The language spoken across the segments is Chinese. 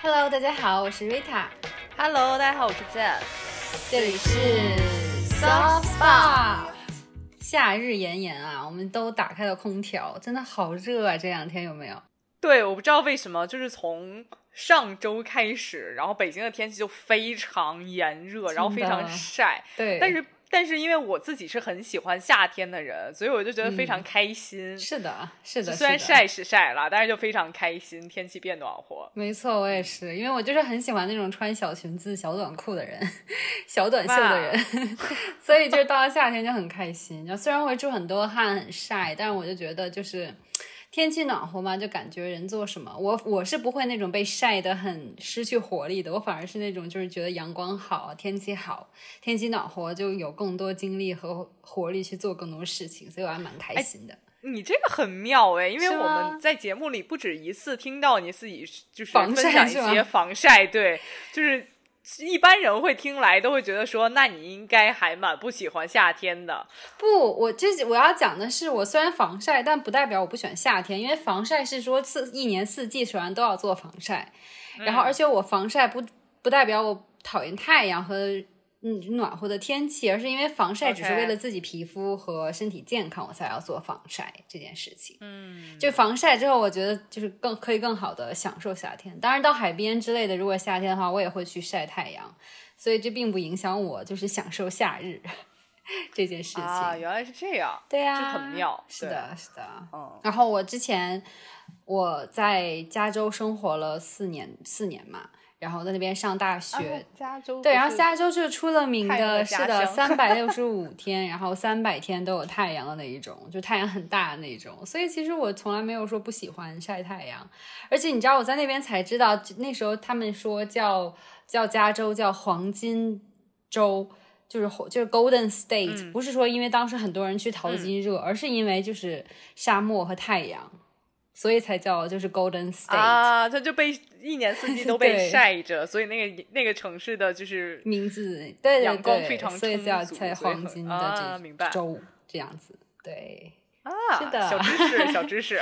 Hello， 大家好，我是 Rita。 Hello， 大家好，我是健。 这里是 Soft Spot。夏日炎炎啊，我们都打开了空调，真的好热啊！这两天有没有？ 对，我不知道为什么，就是从上周开始，然后北京的天气就非常炎热，然后非常晒。 对， 但是因为我自己是很喜欢夏天的人，所以我就觉得非常开心。 是的，是的。 虽然晒是晒了，但是就非常开心，天气变暖和。 没错，我也是，因为我就是很喜欢那种穿小裙子、小短裤的人，小短袖的人，所以就是到了夏天就很开心。虽然会出很多汗、很晒，但是我就觉得就是天气暖和嘛，就感觉人做什么，我是不会那种被晒得很失去活力的，我反而是那种就是觉得阳光好，天气好，天气暖和，就有更多精力和活力去做更多事情，所以我还蛮开心的。 你这个很妙因为我们在节目里不止一次听到你自己就是分享一些防晒，对，就是一般人会听来都会觉得说，那你应该还蛮不喜欢夏天的。 不，我要讲的是，我虽然防晒，但不代表我不喜欢夏天，因为防晒是说一年四季首先都要做防晒，然后而且我防晒不代表我讨厌太阳和暖和的天气，而是因为防晒只是为了自己皮肤和身体健康，我才要做防晒这件事情。就防晒之后，我觉得就是可以更好的享受夏天。当然到海边之类的，如果夏天的话，我也会去晒太阳，所以这并不影响我就是享受夏日这件事情啊。原来是这样。 对呀， 这很妙。 是的。然后我之前在加州生活了4年嘛，然后在那边上大学。 加州对，然后加州就是出了名的，是的，365天，然后300天都有太阳的那一种，就太阳很大的那一种。所以其实我从来没有说不喜欢晒太阳，而且你知道我在那边才知道，那时候他们说叫加州叫黄金州。就是 Golden State，不是说因为当时很多人去淘金热，而是因为就是沙漠和太阳，所以才叫就是 Golden State 啊，它就被一年四季都被晒着，所以那个城市的就是名字，对， 阳光非常充足， 所以叫才黄金的州这样子，对啊， 是的， 小知识。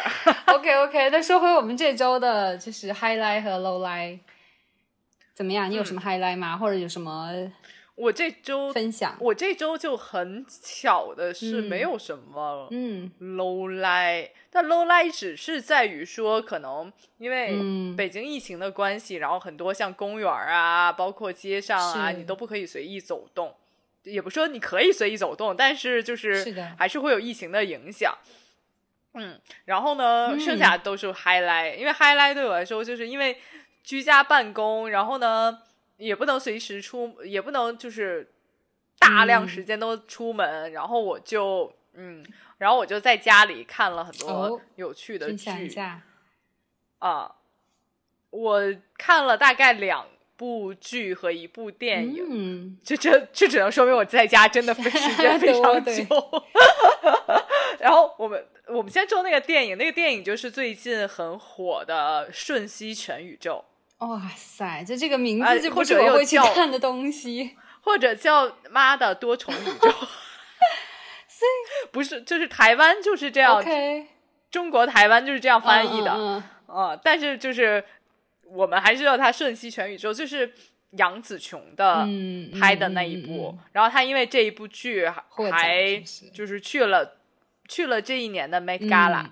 OK， 那说回我们这周的就是 highlight 和 low light， 怎么样？你有什么 highlight 吗？或者有什么？ 我这周分享， 我这周就很巧的是没有什么low light，但 low light 只是在于说可能因为北京疫情的关系，然后很多像公园啊包括街上啊你都不可以随意走动，也不说你可以随意走动，但是就是还是会有疫情的影响。然后呢剩下都是 highlight， 因为 highlight 对我来说就是因为居家办公，然后呢也不能随时也不能就是大量时间都出门，然后我就在家里看了很多有趣的剧我看了大概2部剧和1部电影，这只能说明我在家真的时间非常久。然后我们先说那个电影就是最近很火的《瞬息全宇宙》。 哇塞，这个名字就不是我会去看的东西， 或者叫妈的多重宇宙。不是，就是台湾就是这样中国台湾就是这样翻译的。但是就是我们还是叫它瞬息全宇宙，就是杨紫琼的拍的那一部。然后他因为这一部剧还就是去了这一年的 Met Gala。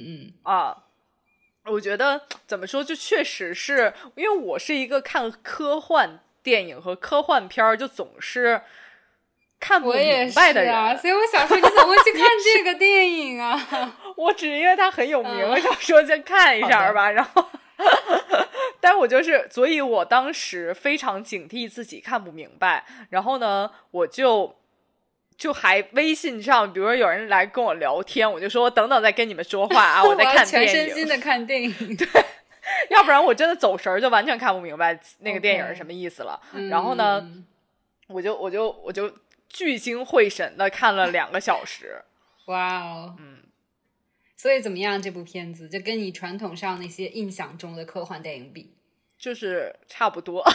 我觉得怎么说，就确实是因为我是一个看科幻电影和科幻片就总是看不明白的人， 所以我想说你怎么会去看这个电影啊？ 我只是因为它很有名，我想说先看一下吧。然后但我所以我当时非常警惕自己看不明白，然后呢我就还微信上比如说有人来跟我聊天，我就说等等再跟你们说话啊，我在看电影， 全身心的看电影。 对，要不然我真的走神就完全看不明白那个电影是什么意思了。然后呢我就聚精会神的看了2个小时。 哇哦。所以怎么样，这部片子就跟你传统上那些印象中的科幻电影比？ 就是差不多。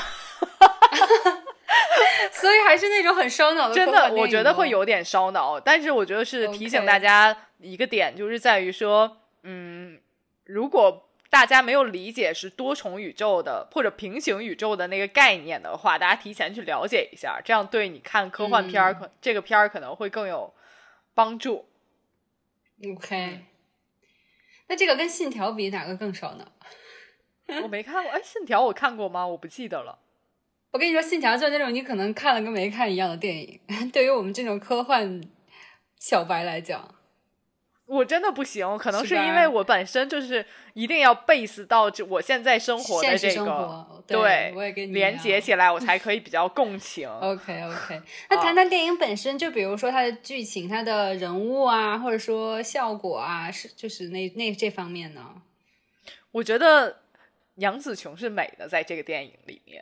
所以还是那种很烧脑的科幻电影。 真的我觉得会有点烧脑，但是我觉得是提醒大家一个点，就是在于说如果大家没有理解是多重宇宙的或者平行宇宙的那个概念的话，大家提前去了解一下，这样对你看科幻片这个片可能会更有帮助。 OK， 那这个跟信条比哪个更少呢？ 我没看过。信条我看过吗？我不记得了。 我跟你说，信条就是那种你可能看了跟没看一样的电影，对于我们这种科幻小白来讲， 我真的不行，可能是因为我本身就是一定要 base 到我现在生活的这个， 对，我也跟你连接起来，我才可以比较共情。 OK， 那谈谈电影本身，就比如说它的剧情、它的人物啊，或者说效果啊，就是这方面呢？ 我觉得杨紫琼是美的，在这个电影里面。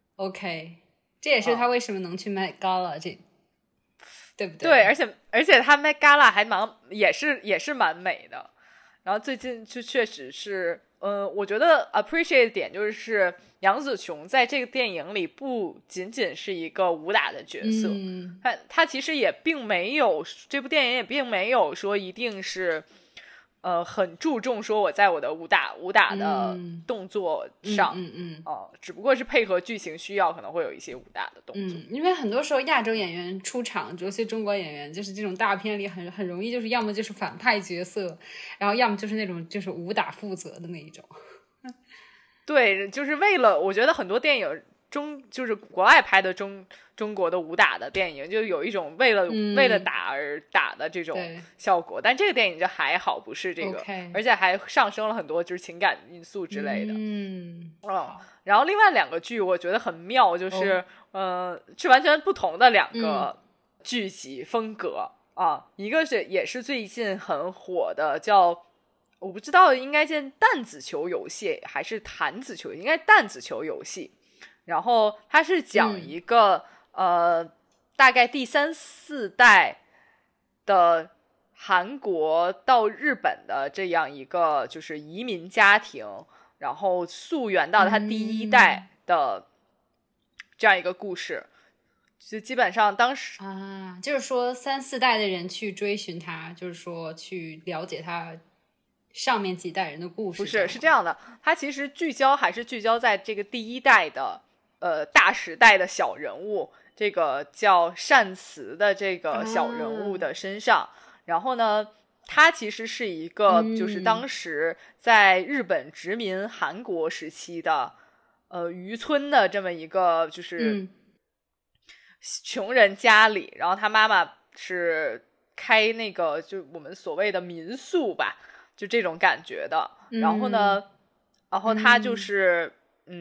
OK， 这也是她为什么能去Met Gala 对不对？ 对，而且她Met Gala 还也是蛮美的。然后最近就确实是，我觉得 appreciate 的点就是杨紫琼在这个电影里不仅仅是一个武打的角色，她其实也并没有，这部电影也并没有说一定是。很注重说我在我的武打的动作上，只不过是配合剧情需要，可能会有一些武打的动作。 因为很多时候亚洲演员出场，尤其中国演员，就是这种大片里很容易就是要么就是反派角色，然后要么就是那种就是武打负责的那一种。 对，就是为了我觉得很多电影就是国外拍的中国的武打的电影，就有一种为了打而打的这种效果，但这个电影就还好，不是这个，而且还上升了很多就是情感因素之类的。然后另外两个剧我觉得很妙，就是是完全不同的两个剧集风格啊，一个也是最近很火的，叫我不知道应该叫弹子球游戏还是弹子球，应该弹子球游戏。然后它是讲一个大概第3、4代的韩国到日本的这样一个就是移民家庭，然后溯源到他第1代的这样一个故事。就基本上当时就是说3、4代的人去追寻他，就是说去了解他上面几代人的故事。 不是，是这样的，它其实还是聚焦在这个第1代的大时代的小人物，这个叫善慈的这个小人物的身上。然后呢，他其实是一个就是当时在日本殖民韩国时期的渔村的这么一个就是穷人家里，然后他妈妈是开那个就我们所谓的民宿吧，就这种感觉的。然后呢，然后他就是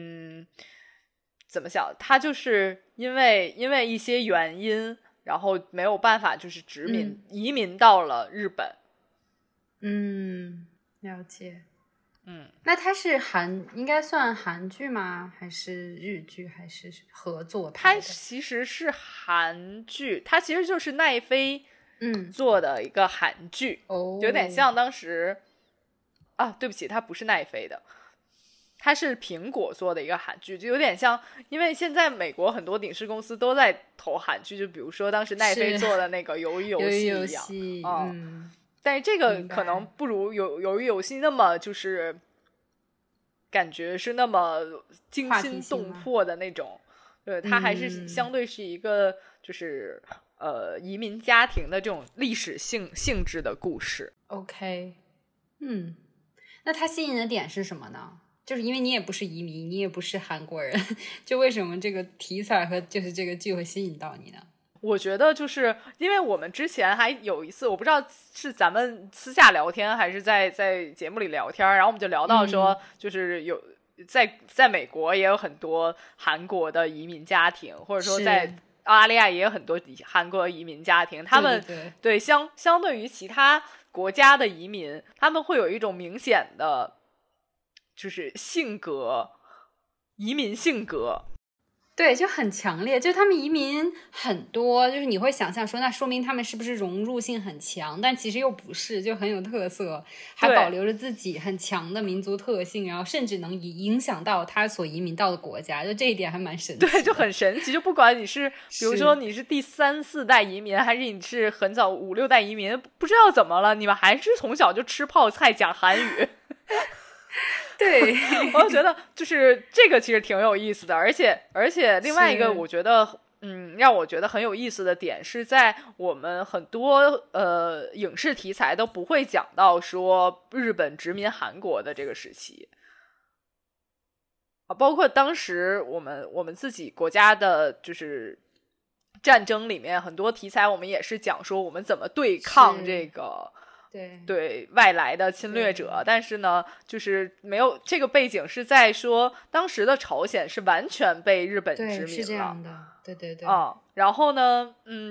怎么想？他就是因为一些原因，然后没有办法，就是移民到了日本。 了解。那它是应该算韩剧吗？还是日剧？还是合作拍的？ 它其实是韩剧，它其实就是奈飞做的一个韩剧，有点像当时对不起，它不是奈飞的。它是苹果做的一个韩剧，就有点像，因为现在美国很多影视公司都在投韩剧，就比如说当时奈飞做的那个鱿鱼游戏一样。但是这个可能不如鱿鱼游戏那么就是感觉是那么惊心动魄的那种。对，它还是相对是一个就是移民家庭的这种历史性质的故事。 OK， 那它吸引的点是什么呢？就是因为你也不是移民，你也不是韩国人，就为什么这个题材和就是这个剧会吸引到你呢？ 我觉得就是因为我们之前还有一次，我不知道是咱们私下聊天还是在节目里聊天，然后我们就聊到说，就是有在美国也有很多韩国的移民家庭，或者说在澳大利亚也有很多韩国移民家庭，他们对相对于其他国家的移民，他们会有一种明显的就是移民性格。 对，就很强烈，就他们移民很多，就是你会想象说那说明他们是不是融入性很强，但其实又不是，就很有特色，还保留着自己很强的民族特性，然后甚至能影响到他所移民到的国家，就这一点还蛮神奇的。 对，就很神奇，就不管你是比如说你是第3、4代移民，还是你是很早5、6代移民，不知道怎么了，你们还是从小就吃泡菜讲韩语。 对， 我就觉得就是这个其实挺有意思的，而且另外一个我觉得让我觉得很有意思的点是在我们很多影视题材都不会讲到说日本殖民韩国的这个时期啊，包括当时我们自己国家的就是战争里面很多题材，我们也是讲说我们怎么对抗这个对外来的侵略者，但是呢就是没有这个背景是在说当时的朝鲜是完全被日本殖民了， 是这样的，对然后呢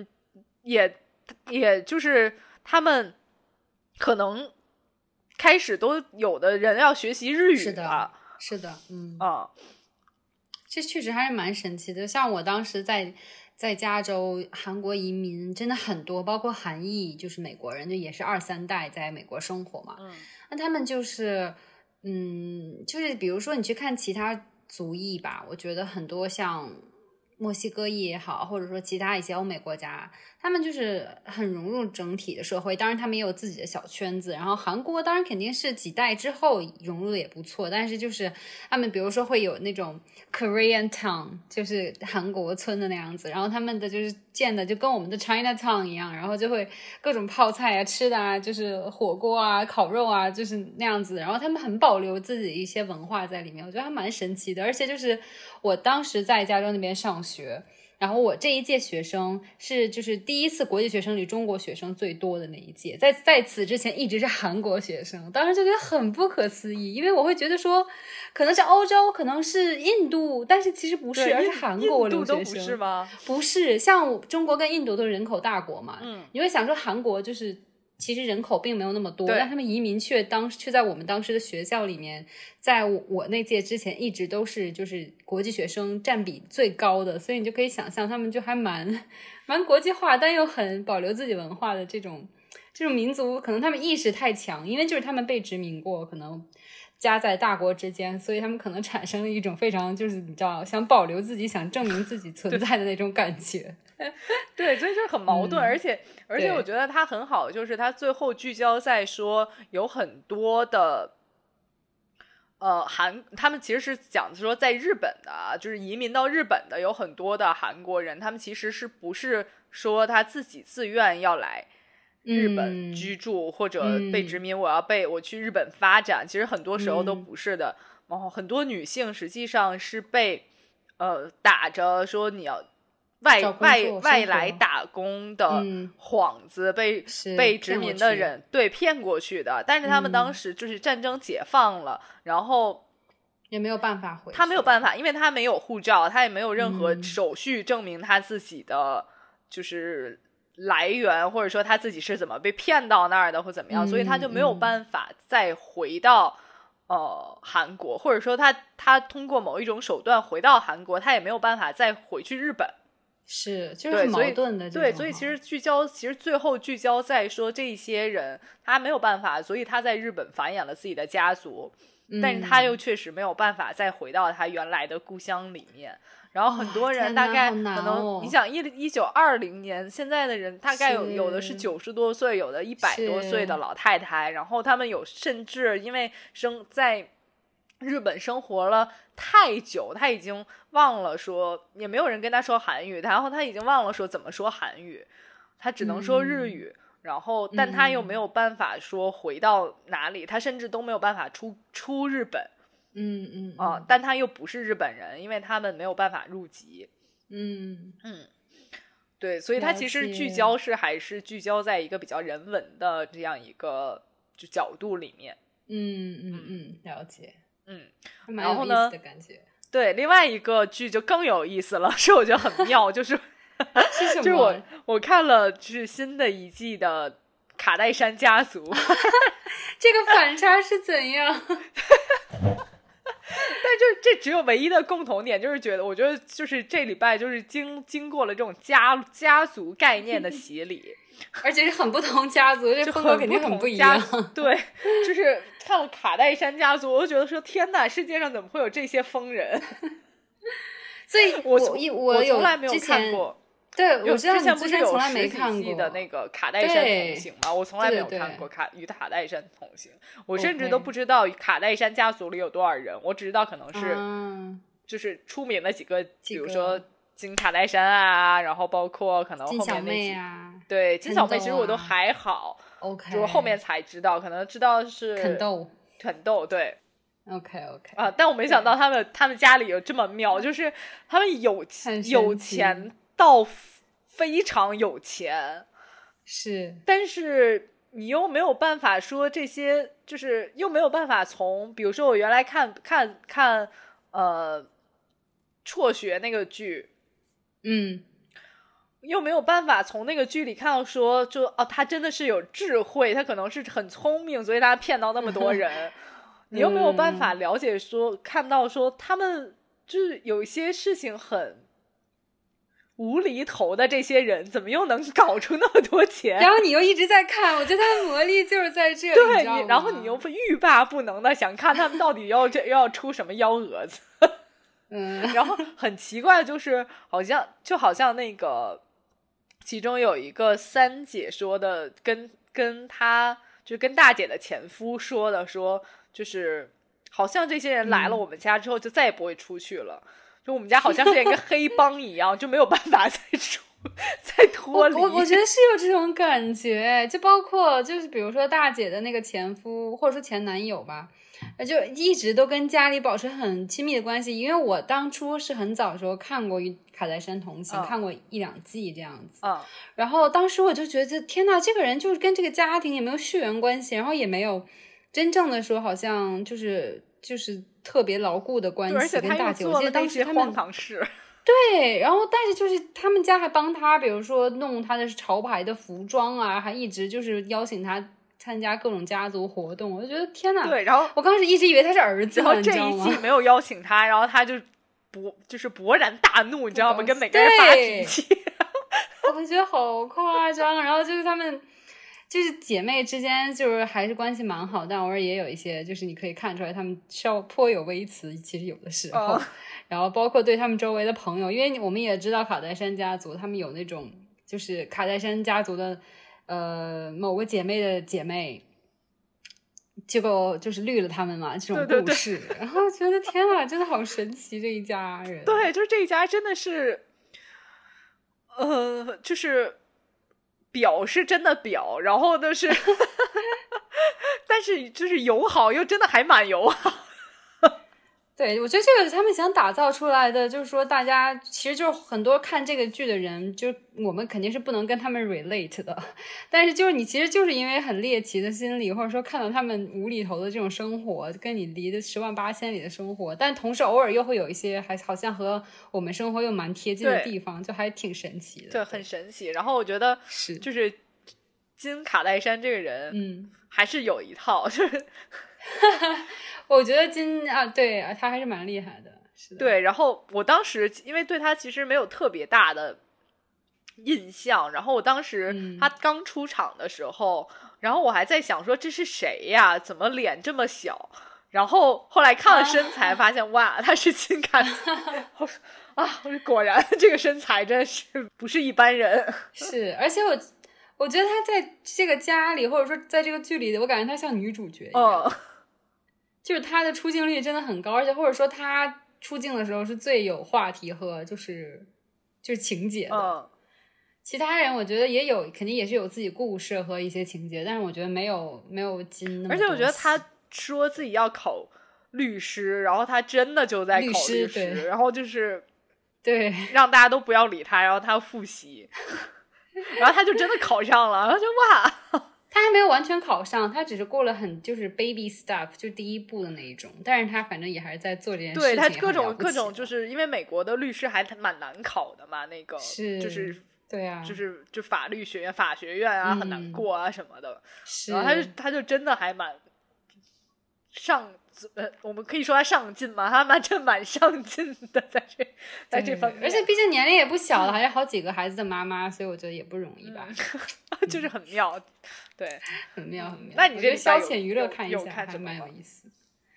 也就是他们可能开始都有的人要学习日语了， 是的这确实还是蛮神奇的。像我当时在加州，韩国移民真的很多，包括韩裔，就是美国人，就也是2、3代在美国生活嘛。那他们就是就是比如说你去看其他族裔吧，我觉得很多像墨西哥裔也好，或者说其他一些欧美国家，他们就是很融入整体的社会，当然他们也有自己的小圈子。然后韩国当然肯定是几代之后融入的也不错，但是就是他们比如说会有那种 Korean Town， 就是韩国村的那样子，然后他们的就是建的就跟我们的 Chinatown 一样，然后就会各种泡菜啊吃的啊，就是火锅啊烤肉啊，就是那样子，然后他们很保留自己一些文化在里面，我觉得还蛮神奇的。而且就是我当时在加州那边上学，然后我这一届学生是就是第一次国际学生里中国学生最多的那一届，在此之前一直是韩国学生，当时就觉得很不可思议，因为我会觉得说可能是欧洲，可能是印度，但是其实不是，而是韩国留学生。 印度都不是吗？ 不是，像中国跟印度都是人口大国嘛，你会想说韩国就是其实人口并没有那么多，但他们移民却在我们当时的学校里面，在我那届之前一直都是就是国际学生占比最高的，所以你就可以想象他们就还蛮国际化，但又很保留自己文化的这种民族，可能他们意识太强，因为就是他们被殖民过，可能夹在大国之间，所以他们可能产生了一种非常就是你知道想保留自己想证明自己存在的那种感觉。 对，所以就是很矛盾，而且我觉得它很好，就是它最后聚焦在说有很多的他们其实是讲说在日本的就是移民到日本的有很多的韩国人，他们其实是不是说他自己自愿要来日本居住，或者被殖民我去日本发展，其实很多时候都不是的。然后很多女性实际上是被打着说你要外来打工的幌子被殖民的人骗过去的，但是他们当时就是战争解放了，然后也没有办法回去， 他没有办法，因为他没有护照，他也没有任何手续证明他自己的就是来源，或者说他自己是怎么被骗到那儿的或怎么样，所以他就没有办法再回到韩国，或者说他通过某一种手段回到韩国，他也没有办法再回去日本， 就是很矛盾的。 对，所以其实最后聚焦在说这些人他没有办法，所以他在日本繁衍了自己的家族，但是他又确实没有办法再回到他原来的故乡里面。然后很多人大概可能你想1920年现在的人大概有的是90多岁，有的100多岁的老太太，然后他们甚至因为在日本生活了太久，他已经忘了说，也没有人跟他说韩语，然后他已经忘了说怎么说韩语，他只能说日语，然后但他又没有办法说回到哪里，他甚至都没有办法出日本，但他又不是日本人，因为他们没有办法入籍，对，所以他其实还是聚焦在一个比较人文的这样一个就角度里面， 了解。 然后呢， 感觉对，另外一个剧就更有意思了，是我觉得很妙，就是是什么？ 就是我看了就是新的一季的卡戴珊家族， 这个反差是怎样？ 但这只有唯一的共同点，就是我觉得就是这礼拜就是经过了这种家族概念的洗礼。 而且是很不同家族，这风格肯定很不一样。 对，就是看了卡戴珊家族，我就觉得说天哪，世界上怎么会有这些疯人？ 所以我从来没有看过对，我知道之前不是有从来没 10 看过几季的那个卡戴珊同行吗？我从来没有看过与卡戴珊同行，我甚至都不知道卡戴珊家族里有多少人，我只知道可能是就是出名的几个，比如说金卡戴珊啊，然后包括可能后面那几对金小妹，其实我都还好 ，OK， 就是后面才知道，可能知道是肯豆对。 OK 啊！但我没想到他们家里有这么妙，就是他们有钱到非常有钱， 是， 但是你又没有办法说这些，就是又没有办法从，比如说我原来看辍学那个剧，又没有办法从那个剧里看到说，他真的是有智慧，他可能是很聪明，所以他骗到那么多人。你又没有办法了解说看到说他们就是有一些事情很无厘头的，这些人怎么又能搞出那么多钱？ 然后你又一直在看，我觉得他的魔力就是在这里。 对，然后你又欲罢不能的想看他们到底要出什么幺蛾子。然后很奇怪，就是好像那个其中有一个三姐说的，跟他就跟大姐的前夫说的，说就是好像这些人来了我们家之后就再也不会出去了，就我们家好像是一个黑帮一样，就没有办法再脱离。 我觉得是有这种感觉，就包括就是比如说大姐的那个前夫或者说前男友吧，就一直都跟家里保持很亲密的关系。因为我当初是很早的时候看过《卡戴珊同行》，看过1、2季这样子。然后当时我就觉得天哪，这个人就是跟这个家庭也没有血缘关系，然后也没有真正的说好像就是特别牢固的关系跟大姐。我记得当时他们荒唐事。 对，然后但是就是他们家还帮他，比如说弄他的潮牌的服装啊，还一直就是邀请他参加各种家族活动。我就觉得天哪！ 对，然后我刚开始一直以为他是儿子， 然后这一季没有邀请他，然后他就勃然大怒，你知道吗？跟每个人发脾气。 我觉得好夸张。然后就是他们就是姐妹之间就是还是关系蛮好，但偶尔也有一些就是你可以看出来他们颇有微词，其实有的时候。然后包括对他们周围的朋友，因为我们也知道卡戴珊家族他们有那种就是卡戴珊家族的某个姐妹的姐妹，结果就是绿了他们嘛，这种故事。对。然后觉得天哪，真的好神奇这一家人。 对，就是这一家真的是就是表是真的表，然后呢是但是就是友好又真的还蛮友好。 对，我觉得这个他们想打造出来的，就是说大家其实就是很多看这个剧的人，就我们肯定是不能跟他们 relate 的，但是就是你其实就是因为很猎奇的心理，或者说看到他们无厘头的这种生活，跟你离的10万8千里的生活，但同时偶尔又会有一些还好像和我们生活又蛮贴近的地方，就还挺神奇的。 对，很神奇。然后我觉得就是金卡戴珊这个人，还是有一套，就是我觉得对啊，他还是蛮厉害的。是的。 对，然后我当时因为对他其实没有特别大的印象，然后我当时他刚出场的时候，然后我还在想说这是谁呀？怎么脸这么小？然后后来看了身材，发现哇，他是金卡果然这个身材真是不是一般人。 是，而且我觉得他在这个家里，或者说在这个剧里，我感觉他像女主角一样。就是他的出镜率真的很高，而且或者说他出镜的时候是最有话题和就是情节的。其他人我觉得也有，肯定也是有自己故事和一些情节，但是我觉得没有金那么多。 而且我觉得他说自己要考律师，然后他真的就在考律师，然后就是对让大家都不要理他，然后他复习，然后他就真的考上了，然后就哇。 他还没有完全考上，他只是过了就是 baby step， 就第一步的那一种，但是他反正也还是在做这件事情。 对，他各种就是因为美国的律师还蛮难考的嘛，那个就是对啊， 就法律学院法学院啊，很难过啊什么的。然后他就真的还蛮我们可以说他上进吗？他蛮上进的，在这方面， 而且毕竟年龄也不小了，还是好几个孩子的妈妈，所以我觉得也不容易吧。 就是很妙，对， 很妙。 那你这消遣娱乐看一下，还蛮有意思。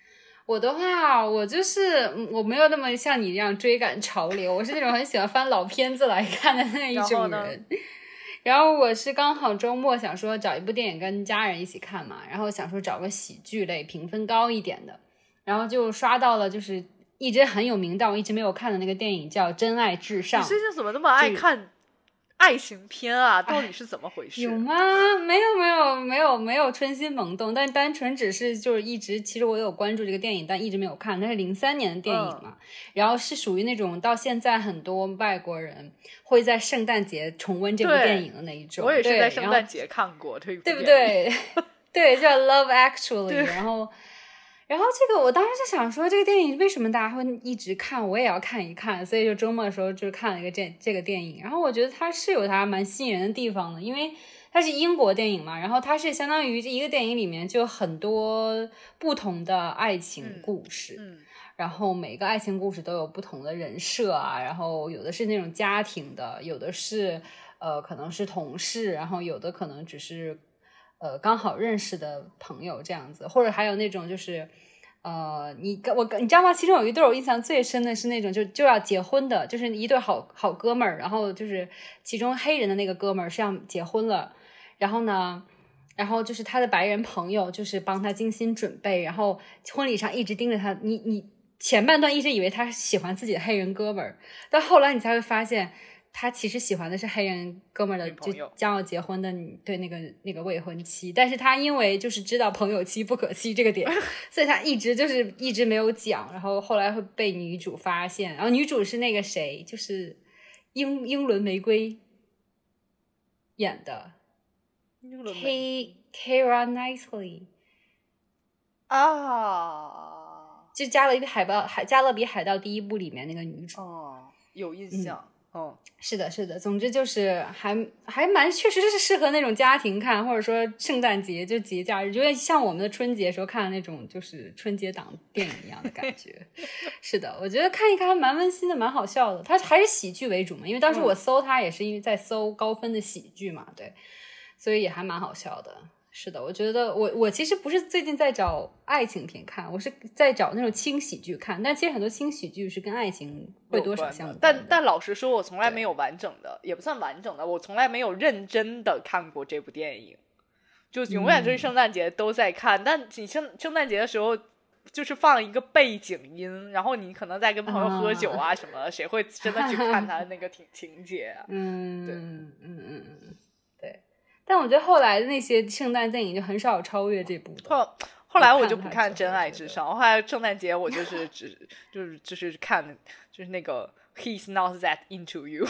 我的话，我就是我没有那么像你这样追赶潮流，我是那种很喜欢翻老片子来看的那一种人。然后我是刚好周末想说找一部电影跟家人一起看嘛，然后想说找个喜剧类评分高一点的，然后就刷到了就是一直很有名但我一直没有看的那个电影叫《真爱至上》。 你最近怎么那么爱看爱情片啊？到底是怎么回事？ 有吗？没有春心萌动，但单纯只是就是一直，其实我有关注这个电影，但一直没有看。它是03年的电影嘛，然后是属于那种到现在很多外国人会在圣诞节重温这部电影的那一种。 我也是在圣诞节看过这部电影， 对不对？对，叫 Love Actually。然后这个我当时就想说，这个电影为什么大家会一直看，我也要看一看，所以就周末的时候就看了一个这个电影。然后我觉得它是有它蛮吸引人的地方的，因为它是英国电影嘛，然后它是相当于这一个电影里面就很多不同的爱情故事，然后每个爱情故事都有不同的人设啊，然后有的是那种家庭的，有的是可能是同事，然后有的可能只是刚好认识的朋友这样子，或者还有那种就是你知道吗？其中有一对我印象最深的是那种就要结婚的，就是一对好哥们儿，然后就是其中黑人的那个哥们儿是要结婚了，然后就是他的白人朋友就是帮他精心准备，然后婚礼上一直盯着他，你前半段一直以为他喜欢自己的黑人哥们儿，但后来你才会发现他其实喜欢的是黑人哥们儿的就将要结婚的对那个未婚妻，但是他因为就是知道朋友妻不可欺这个点，所以他一直没有讲，然后后来会被女主发现，然后女主是那个谁，就是英伦玫瑰演的Keira Knightley 啊， 就加勒比海盗第一部里面那个女主。 有印象。 是的，总之就是还蛮确实是适合那种家庭看，或者说圣诞节就节假日，就像我们的春节时候看的那种就是春节档电影一样的感觉。是的，我觉得看一看还蛮温馨的，蛮好笑的。它还是喜剧为主嘛，因为当时我搜它也是因为在搜高分的喜剧嘛，对，所以也还蛮好笑的。是的，我觉得我其实不是最近在找爱情片看，我是在找那种轻喜剧看，但其实很多轻喜剧是跟爱情会多少相关的。 但老实说，我从来没有完整的，也不算完整的，我从来没有认真的看过这部电影，就永远就是圣诞节都在看，但你圣诞节的时候就是放一个背景音，然后你可能在跟朋友喝酒啊什么，谁会真的去看他的那个情节啊？ 对。但我觉得后来的那些圣诞电影就很少有超越这部的。 后来我就不看《真爱至上》，后来圣诞节我就是就是看就是那个 He's Not That Into You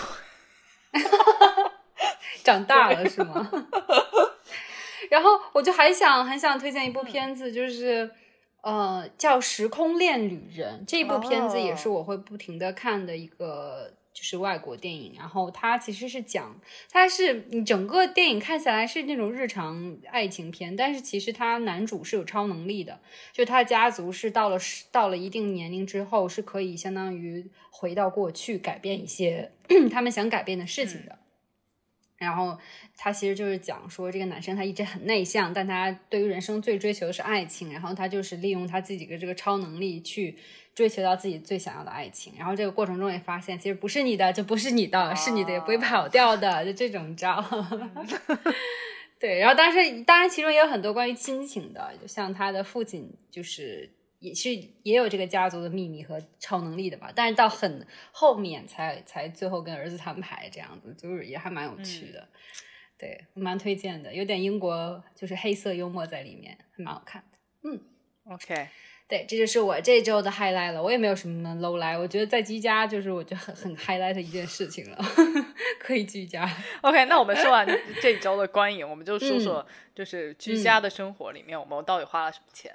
长大了是吗？然后我就很想推荐一部片子，就是叫《时空恋旅人》，这部片子也是我会不停的看的一个就是外国电影，然后它其实是它是你整个电影看下来是那种日常爱情片，但是其实他男主是有超能力的，就他的家族是到了一定年龄之后是可以相当于回到过去改变一些他们想改变的事情的。然后他其实就是讲说这个男生他一直很内向，但他对于人生最追求的是爱情，然后他就是利用他自己的这个超能力去追求到自己最想要的爱情，然后这个过程中也发现其实不是你的就不是你的，是你的也不会跑掉的，就这种招对，然后当然其中也有很多关于亲情的，就像他的父亲就是也有这个家族的秘密和超能力的吧，但是到很后面才最后跟儿子摊牌这样子，就是也还蛮有趣的。对，蛮推荐的，有点英国就是黑色幽默在里面，还蛮好看的。 OK， 对，这就是我这周的 highlight 了。我也没有什么 low light，我觉得在居家就是我觉得很 highlight 的一件事情了，可以居家。 OK， 那我们说完这周的观影，我们就说说就是居家的生活里面，我们到底花了什么钱。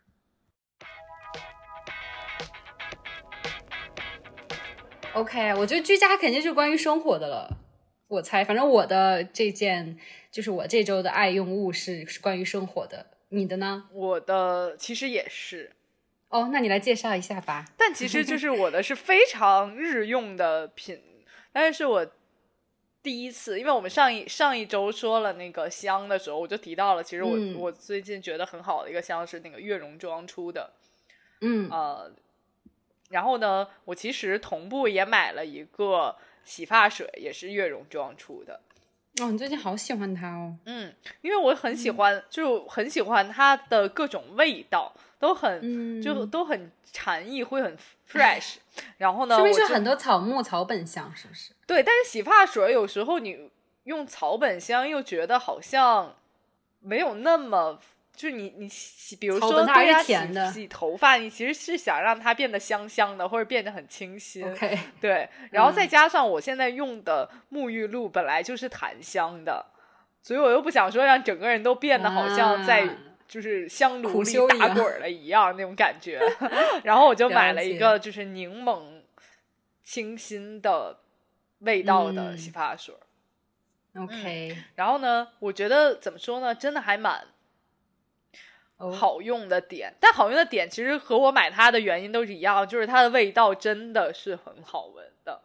OK， 我觉得居家肯定是关于生活的了。我猜，反正我的这件就是我这周的爱用物是关于生活的。你的呢？ 我的其实也是。 那你来介绍一下吧。 但其实就是我的是非常日用的品，但是我第一次，因为我们上一周说了那个香的时候，我就提到了，其实我最近觉得很好的一个香是那个悦榕庄出的。 然后呢，我其实同步也买了一个洗发水，也是悦榕庄出的。 哦，你最近好喜欢它哦。 因为我很喜欢，就很喜欢它的各种味道，都很都很禅意，会很 fresh。然后呢， 是不是很多草木草本香？是不是？ 对，但是洗发水有时候你用草本香又觉得好像没有那么，就是你比如说对它洗头发，你其实是想让它变得香香的，或者变得很清新。 Okay. 对，然后再加上我现在用的沐浴露本来就是檀香的，所以我又不想说让整个人都变得好像在就是香炉里打滚了一样那种感觉。然后我就买了一个就是柠檬清新的味道的洗发水。 OK， 然后呢，我觉得怎么说呢，真的还蛮好用的点，但好用的点其实和我买它的原因都是一样，就是它的味道真的是很好闻的。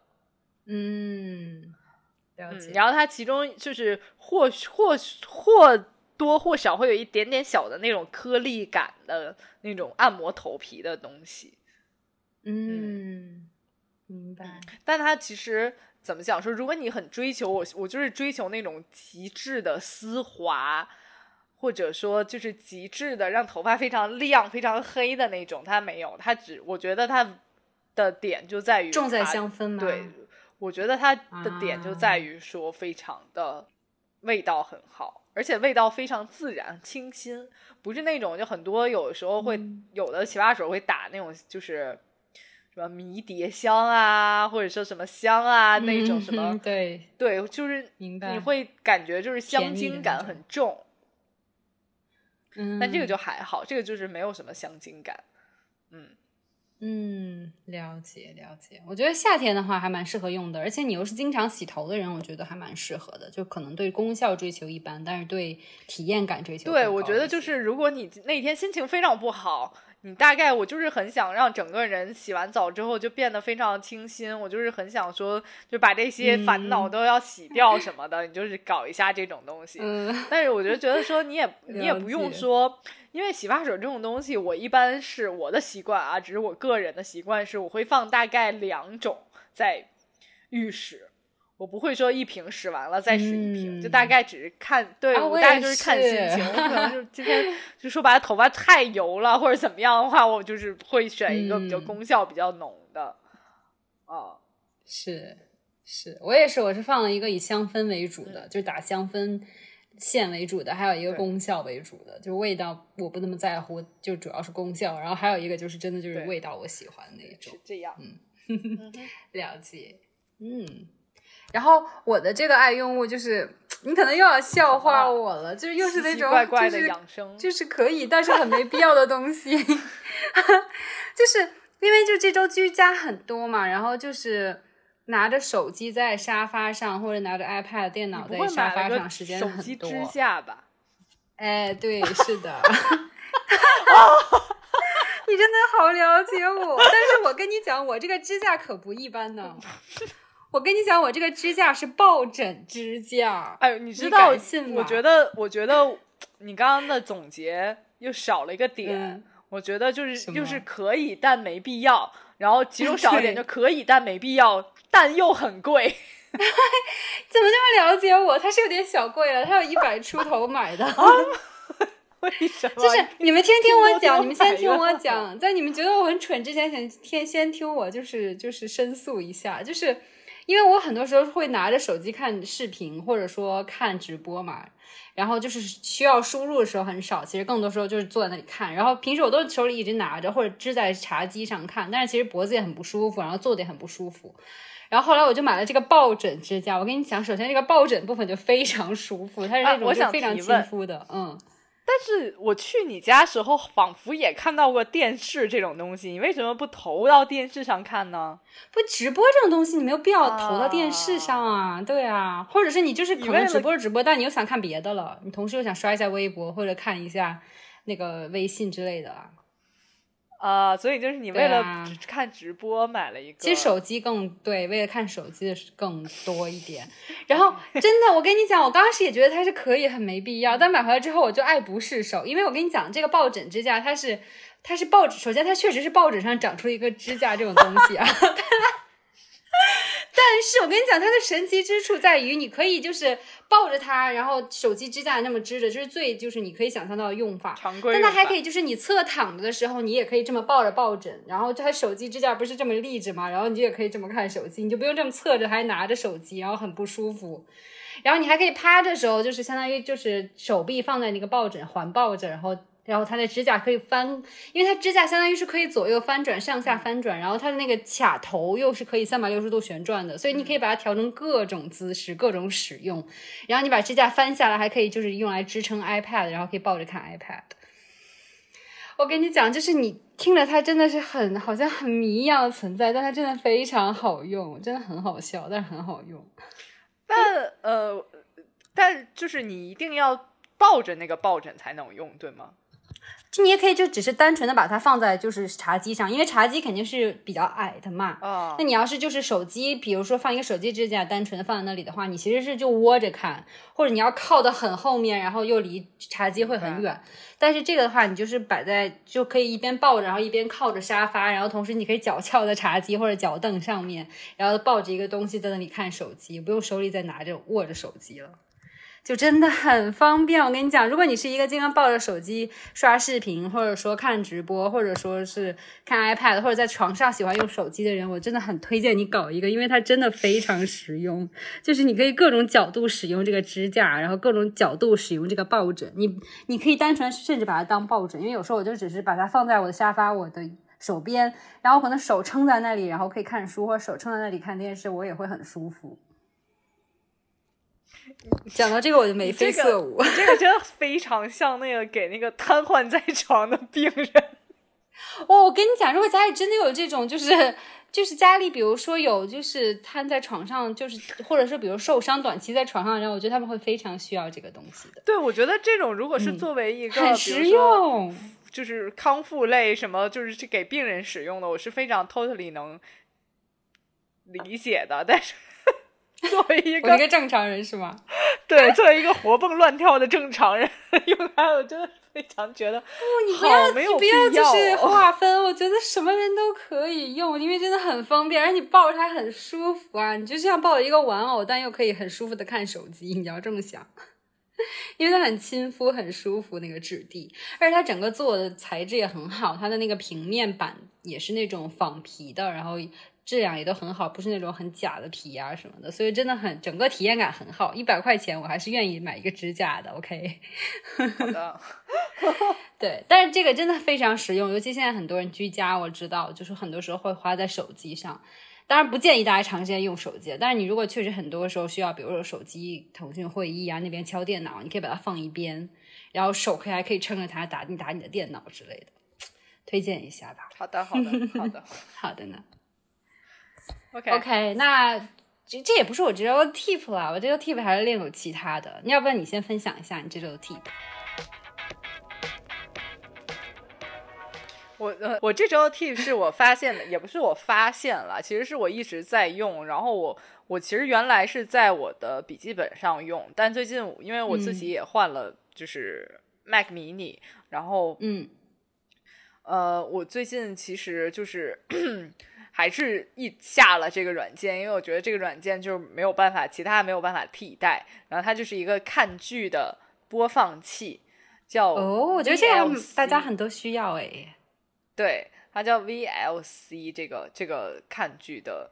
了解。 然后它其中就是或多或少会有一点点小的那种颗粒感的那种按摩头皮的东西。 明白。 但它其实怎么讲说，如果你很追求我就是追求那种极致的丝滑，或者说就是极致的让头发非常亮非常黑的那种，它没有，我觉得它的点就在于重在香氛吗？ 对，我觉得它的点就在于说非常的味道很好，而且味道非常自然清新，不是那种就很多有时候会有的洗发水会打那种就是什么迷迭香啊，或者说什么香啊，那种什么对， 就是你会感觉就是香精感很重。但这个就还好，这个就是没有什么香精感。 了解。我觉得夏天的话还蛮适合用的，而且你又是经常洗头的人，我觉得还蛮适合的。就可能对功效追求一般，但是对体验感追求对，我觉得就是如果你那天心情非常不好，你大概我就是很想让整个人洗完澡之后就变得非常清新，我就是很想说就把这些烦恼都要洗掉什么的，你就是搞一下这种东西。但是我觉得说你也不用说，因为洗发水这种东西我一般是我的习惯啊，只是我个人的习惯是我会放大概2种在浴室，我不会说一瓶使完了再使一瓶，就大概只是看，对，我大概就是看心情，我可能就今天就说把头发太油了或者怎么样的话，我就是会选一个比较功效比较浓的。 是，我也是，我是放了一个以香氛为主的，就是打香氛线为主的，还有一个功效为主的，就是味道我不那么在乎，就主要是功效，然后还有一个就是真的就是味道我喜欢的那种。 是这样。 了解。然后我的这个爱用物就是你可能又要笑话我了，就是又是那种奇奇怪怪的养生， 就是可以但是很没必要的东西。就是因为就这周居家很多嘛，然后就是拿着手机在沙发上或者拿着 iPad 电脑在沙发上时间很多。 手机支架吧？ 对，是的。你真的好了解我，但是我跟你讲，我这个支架可不一般呢。我跟你讲，我这个支架是抱枕支架。 你知道，我觉得你刚刚的总结又少了一个点。我觉得就是可以但没必要，然后其中少一点就可以但没必要，但又很贵。 怎么这么了解我？它是有点小贵了，它有100出头买的。 为什么？ 就是你们听我讲，你们先听我讲，在你们觉得我很蠢之前，先听我就是申诉一下，就是因为我很多时候会拿着手机看视频或者说看直播嘛，然后就是需要输入的时候很少，其实更多时候就是坐在那里看，然后平时我都手里一直拿着或者支在茶几上看，但是其实脖子也很不舒服，然后坐的也很不舒服。然后后来我就买了这个抱枕支架，我跟你讲，首先这个抱枕部分就非常舒服，它是那种就非常亲肤的。 但是我去你家时候仿佛也看到过电视这种东西，你为什么不投到电视上看呢？ 不，直播这种东西你没有必要投到电视上啊。对啊，或者是你就是可能直播，但你又想看别的了，你同时又想刷一下微博或者看一下那个微信之类的所以就是你为了看直播买了一个。 其实手机为了看手机的更多一点。然后真的，我跟你讲，我刚开始也觉得它是可以，很没必要，但买回来之后我就爱不释手，因为我跟你讲，这个抱枕支架它是它是报纸，首先它确实是报纸上长出一个指甲这种东西啊。但是我跟你讲，它的神奇之处在于，你可以就是抱着它，然后手机支架那么支着，这是最就是你可以想象到的用法。 常规用法。 但它还可以就是你侧躺着的时候，你也可以这么抱着抱枕，然后它手机支架不是这么立着嘛，然后你就也可以这么看手机，你就不用这么侧着还拿着手机，然后很不舒服。然后你还可以趴着的时候，就是相当于就是手臂放在那个抱枕环抱着，然后它的指甲可以翻，因为它指甲相当于是可以左右翻转、上下翻转，然后它的那个卡头又是可以360度旋转的，所以你可以把它调成各种姿势、各种使用。然后你把指甲翻下来，还可以就是用来支撑 iPad， 然后可以抱着看 iPad。我跟你讲，就是你听着它真的是好像很迷一样的存在，但它真的非常好用，真的很好笑，但是很好用。 但就是你一定要抱着那个抱枕才能用，对吗？ 你也可以就只是单纯的把它放在就是茶几上，因为茶几肯定是比较矮的嘛。那你要是就是手机，比如说放一个手机支架单纯的放在那里的话，你其实是就窝着看，或者你要靠得很后面，然后又离茶几会很远。但是这个的话，你就是摆在就可以一边抱着，然后一边靠着沙发，然后同时你可以脚翘在茶几或者脚凳上面，然后抱着一个东西在那里看手机，不用手里再拿着握着手机了。就真的很方便。我跟你讲，如果你是一个经常抱着手机刷视频，或者说看直播，或者说是看 iPad， 或者在床上喜欢用手机的人，我真的很推荐你搞一个，因为它真的非常实用。就是你可以各种角度使用这个支架，然后各种角度使用这个抱枕。你可以单纯甚至把它当抱枕，因为有时候我就只是把它放在我的沙发我的手边，然后可能手撑在那里，然后可以看书，或者手撑在那里看电视，我也会很舒服。讲到这个我就眉飞色舞， 这个真的非常像那个给那个瘫痪在床的病人。 我跟你讲，如果家里真的有这种就是家里比如说有就是瘫在床上，就是或者是比如受伤短期在床上，然后我觉得他们会非常需要这个东西的。 对，我觉得这种如果是作为一个、 很实用， 就是康复类什么就是给病人使用的，我是非常 totally 能理解的。但是作为一个正常人是吗？ 对，作为一个活蹦乱跳的正常人用它，我真的非常觉得你不要就是划分，我觉得什么人都可以用，因为真的很方便，而且你抱着它很舒服啊，你就像抱着一个玩偶，但又可以很舒服的看手机，你要这么想。因为它很亲肤很舒服那个质地，而且它整个做的材质也很好，它的那个平面板也是那种仿皮的，然后质量也都很好，不是那种很假的皮啊什么的，所以真的整个体验感很好。100块钱我还是愿意买一个支架的 OK 好的对，但是这个真的非常实用，尤其现在很多人居家，我知道就是很多时候会花在手机上，当然不建议大家长时间用手机，但是你如果确实很多时候需要比如说手机腾讯会议啊那边敲电脑，你可以把它放一边，然后手还可以撑着它打你的电脑之类的，推荐一下吧。 好的好的呢。 OK， 那这也不是我这周的 tip 啦，我这周 tip 还是另有其他的，要不然你先分享一下你这周的 tip。 我这周的 tip 是我发现的，也不是我发现了，其实是我一直在用，然后我其实原来是在我的笔记本上用，但最近因为我自己也换了就是 Mac mini，然后我最近其实就是还是下了这个软件，因为我觉得这个软件就没有办法，其他没有办法替代，然后它就是一个看剧的播放器，叫我觉得这样大家很多需要诶。 对，它叫 VLC 这个看剧的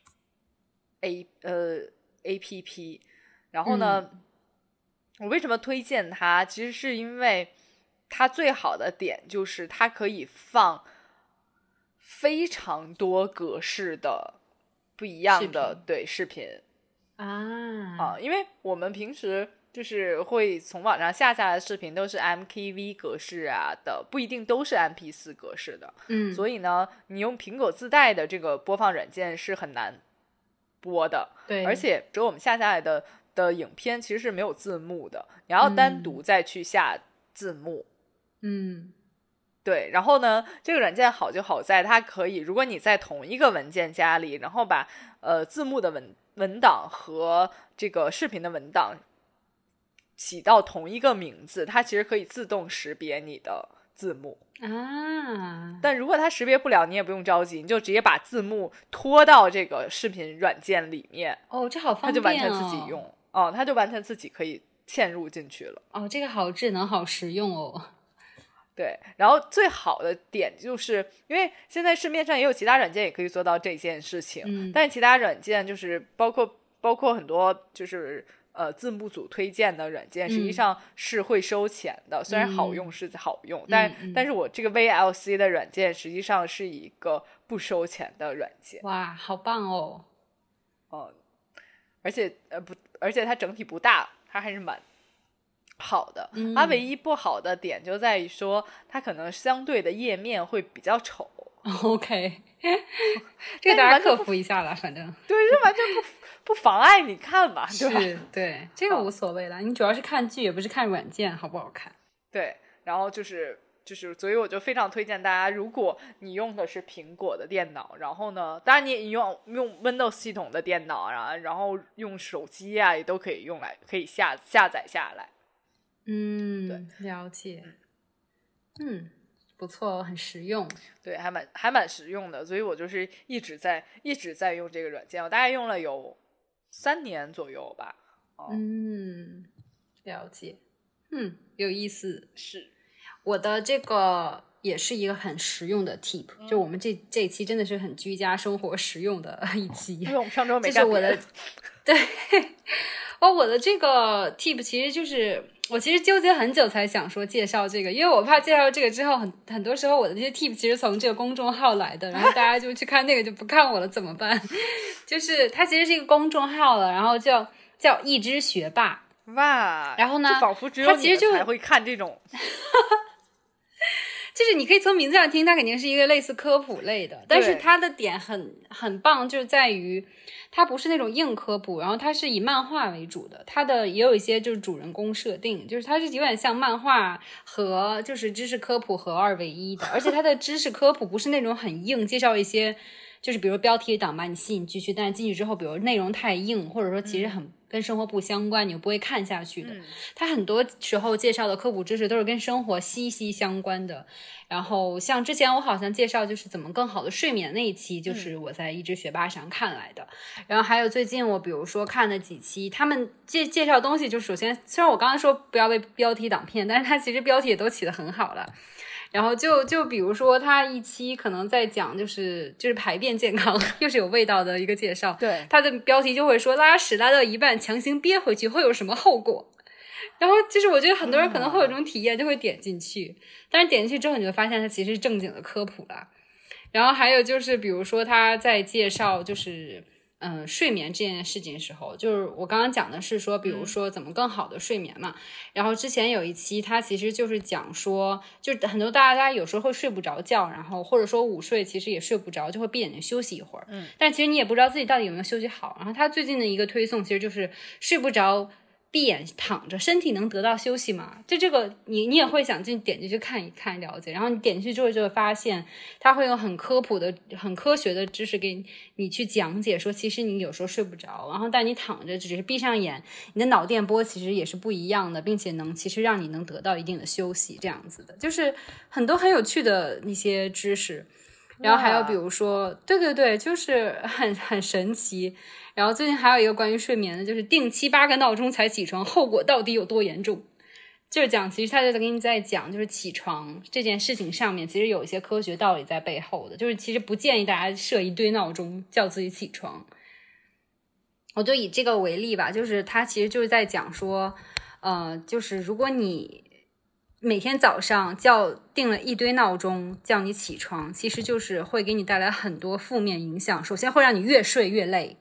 APP， 然后呢，我为什么推荐它？其实是因为它最好的点就是它可以放非常多格式的不一样的视频啊，因为我们平时就是会从网上下来的视频都是 MKV 格式啊的，不一定都是 MP4 格式的，所以呢你用苹果自带的这个播放软件是很难播的， 对， 而且只有我们下来的影片其实是没有字幕的，你要单独再去下字幕，对，然后呢这个软件好就好在它可以，如果你在同一个文件夹里，然后把字幕的文档和这个视频的文档起到同一个名字，它其实可以自动识别你的字幕啊。 但如果它识别不了，你也不用着急，你就直接把字幕拖到这个视频软件里面。 哦，这好方便哦。 它就完全自己用。它就完全自己可以嵌入进去了。 这个好智能好实用哦。 对，然后最好的点就是因为现在市面上也有其他软件也可以做到这件事情，但是其他软件就是包括很多就是字幕组推荐的软件实际上是会收钱的，虽然好用是好用，但是我这个 VLC 的软件实际上是一个不收钱的软件。 哇，好棒哦。 而且它整体不大，它还是蛮好的。它唯一不好的点就在于说它可能相对的页面会比较丑。 OK 这个大家克服一下了，反正对，这完全不妨碍你看吧，对吧？ 是，对，这个无所谓了。你主要是看剧，也不是看软件好不好看。 对，然后就是所以我就非常推荐大家，如果你用的是苹果的电脑，然后呢当然你用 Windows 系统的电脑，然后用手机啊也都可以用来，可以下载下来。 对，了解。不错，很实用。 对，还蛮实用的，所以我就是一直在用这个软件，我大概用了有3年左右吧。 了解。有意思。 是我的这个也是一个很实用的 tip，就我们这一期真的是很居家生活实用的一期， 因为我们上周没干别的。 对我的这个 tip 其实就是我其实纠结很久才想说介绍这个，因为我怕介绍这个之后很多时候我的这些 tip 其实从这个公众号来的，然后大家就去看那个就不看我了怎么办？就是它其实是一个公众号了，然后叫一只学霸。 哇， 然后呢， 就仿佛只有你才会看这种。 就是你可以从名字上听，它肯定是一个类似科普类的，但是它的点很棒，就是在于它不是那种硬科普，然后它是以漫画为主的，它的也有一些就是主人公设定，就是它是有点像漫画和就是知识科普合二为一的，而且它的知识科普不是那种很硬，介绍一些就是比如标题党把你吸引进去，但是进去之后比如内容太硬，或者说其实很跟生活不相关，你又不会看下去的。它很多时候介绍的科普知识都是跟生活息息相关的。然后像之前我好像介绍就是怎么更好的睡眠那一期，就是我在一只学霸上看来的。然后还有最近我比如说看了几期，他们介绍东西，就首先虽然我刚刚说不要被标题党骗，但是它其实标题也都起得很好了。然后就比如说他一期可能在讲就是排便健康，又是有味道的一个介绍。 对， 他的标题就会说拉屎拉到一半强行憋回去会有什么后果。然后就是我觉得很多人可能会有这种体验，就会点进去，但是点进去之后你就发现它其实是正经的科普了。然后还有就是比如说他在介绍就是睡眠这件事情的时候，就是我刚刚讲的是说比如说怎么更好的睡眠嘛。然后之前有一期他其实就是讲说，就很多大家有时候会睡不着觉，然后或者说午睡其实也睡不着，就会闭眼睛休息一会儿。但其实你也不知道自己到底有没有休息好。然后他最近的一个推送其实就是睡不着闭眼躺着，身体能得到休息吗？就这个你也会想点进去看一看了解，然后你点进去之后就会发现它会有很科普的很科学的知识给你去讲解，说其实你有时候睡不着，然后但你躺着只是闭上眼，你的脑电波其实也是不一样的，并且其实让你能得到一定的休息，这样子的，就是很多很有趣的一些知识。然后还有比如说对，就是很神奇。然后最近还有一个关于睡眠的，就是定7-8个闹钟才起床，后果到底有多严重？就是讲，其实他就给你在讲，就是起床这件事情上面，其实有一些科学道理在背后的。就是其实不建议大家设一堆闹钟叫自己起床。我就以这个为例吧，就是他其实就是在讲说，就是如果你每天早上定了一堆闹钟叫你起床，其实就是会给你带来很多负面影响。首先会让你越睡越累。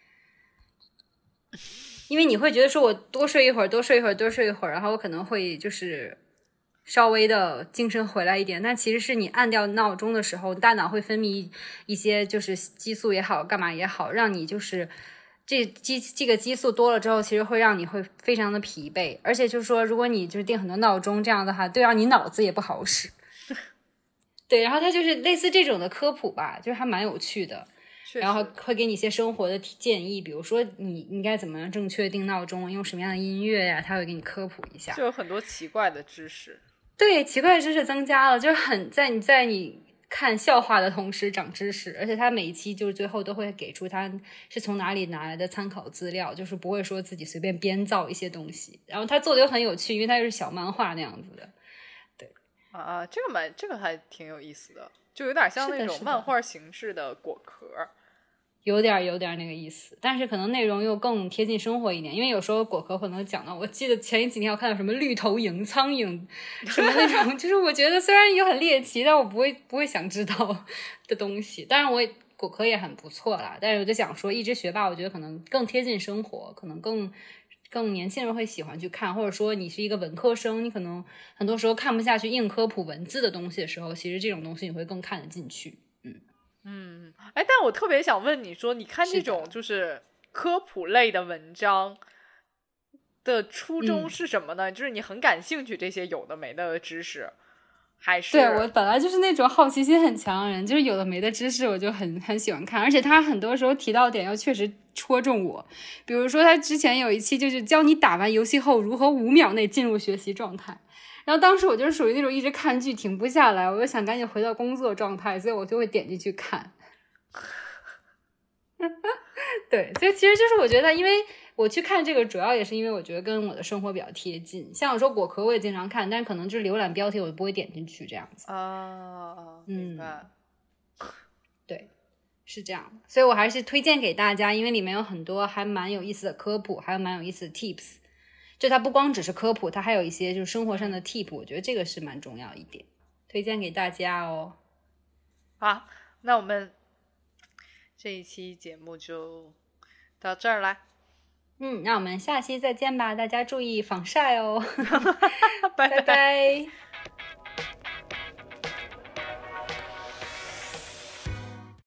因为你会觉得说我多睡一会儿，然后我可能会就是稍微的精神回来一点，但其实是你按掉闹钟的时候，大脑会分泌一些就是激素也好干嘛也好，让你就是这个激素多了之后，其实会让你会非常的疲惫。而且就是说如果你就是定很多闹钟这样的话，对，让你脑子也不好使。对，然后它就是类似这种的科普吧，就是还蛮有趣的。然后会给你一些生活的建议，比如说你应该怎么样正确定闹钟，用什么样的音乐呀，他会给你科普一下。 就有很多奇怪的知识。 对，奇怪的知识增加了，就是很在你看笑话的同时长知识，而且他每一期就是最后都会给出他是从哪里拿来的参考资料，就是不会说自己随便编造一些东西，然后他做的又很有趣，因为他又是小漫画那样子的。对啊，这个还挺有意思的，就有点像那种漫画形式的果壳。 有点那个意思，但是可能内容又更贴近生活一点，因为有时候果壳可能讲到，我记得前几天我看到什么绿头蝇、苍蝇什么那种，就是我觉得虽然也很猎奇，但我不会想知道的东西。当然果壳也很不错啦，但是我就想说，一只学霸我觉得可能更贴近生活，可能更年轻人会喜欢去看，或者说你是一个文科生，你可能很多时候看不下去硬科普文字的东西的时候，其实这种东西你会更看得进去。 哎，但我特别想问你说，你看这种就是科普类的文章的初衷是什么呢？就是你很感兴趣这些有的没的知识，还是？ 对，我本来就是那种好奇心很强的人，就是有的没的知识我就很喜欢看，而且他很多时候提到点又确实戳中我。比如说他之前有一期就是教你打完游戏后如何5秒内进入学习状态。然后当时我就是属于那种一直看剧停不下来，我就想赶紧回到工作状态，所以我就会点进去看。对，所以其实就是我觉得，因为我去看这个主要也是因为我觉得跟我的生活比较贴近。像我说果壳我也经常看，但是可能就是浏览标题我就不会点进去这样子。 明白。 对，是这样。所以我还是推荐给大家，因为里面有很多还蛮有意思的科普，还有蛮有意思的 tips。就它不光只是科普，它还有一些就是生活上的 tip，我觉得这个是蛮重要一点，推荐给大家哦。 好，那我们这一期节目就到这儿啦。 那我们下期再见吧，大家注意防晒哦。 拜拜拜。